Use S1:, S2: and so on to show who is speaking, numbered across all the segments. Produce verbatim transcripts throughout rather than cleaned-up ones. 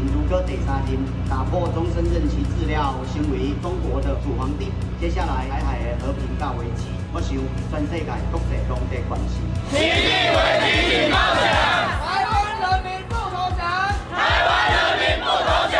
S1: 平如歌第三任，打破终身任期治疗，成为中国的主皇帝。接下来台海的和平甲危机，我想全世界国际拢得关心。
S2: 起立为平起梦想，
S3: 台湾人民不投降，
S2: 台湾人民不投降。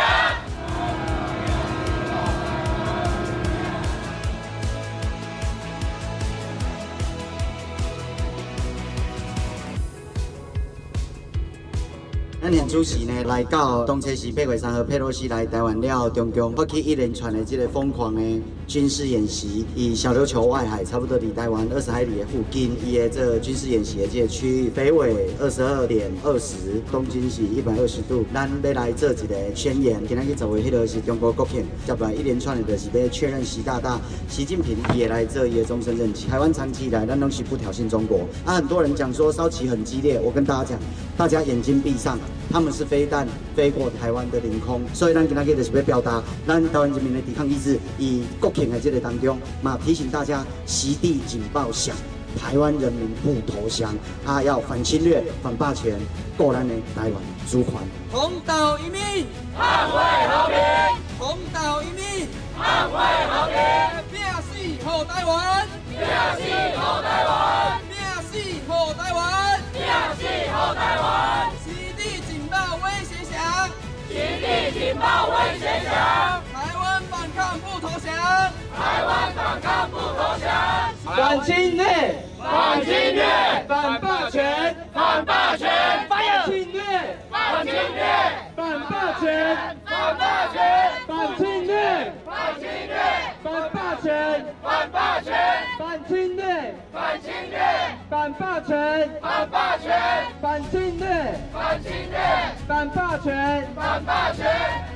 S1: 咱连主席呢来到东车市八月三号，佩洛西来台湾了，中共发起一连串的这个疯狂的军事演习，以小琉球外海差不多离台湾二十海里的附近，伊的这军事演习的这个区域，北纬二十二点二十，东经是一百二十度。咱要来做一个宣言，今天去做的迄个是中国国庆，接来一连串的就是要确认习大大、习近平也来这一个终身任期。台湾长期以来，咱都是不挑衅中国。啊，很多人讲说烧旗很激烈，我跟大家讲，大家眼睛闭上。 他们是飞弹飞过台湾的领空，所以咱今仔日就是要表达咱台湾人民的抵抗意志。以国庆的这个当中，嘛提醒大家，习地警报响，台湾人民不投降，啊要反侵略、反霸权，过咱的台湾主权。
S3: 同岛一命，
S2: 捍卫和平；
S3: 同岛一命，
S2: 捍卫和平。
S3: 拼死护台湾，
S2: 拼死护台湾，
S3: 拼死护台湾，
S2: 拼死护台湾。
S3: 威胁响，
S2: 极地警报威胁响，
S3: 台湾反抗不投降，
S2: 台湾反抗不投降，
S3: 反侵略，
S2: 反侵略，
S3: 反霸权，
S2: 反霸权，
S3: 反侵略，
S2: 反侵略，
S3: 反霸权，
S2: 反霸权，
S3: 反侵略，
S2: 反侵略，
S3: 反霸权，
S2: 反霸权，
S3: 反侵略，
S2: 反侵略，
S3: 反霸权，
S2: 反霸权，
S3: 反侵略，
S2: 反侵略，
S3: 反霸权，
S2: 反霸权。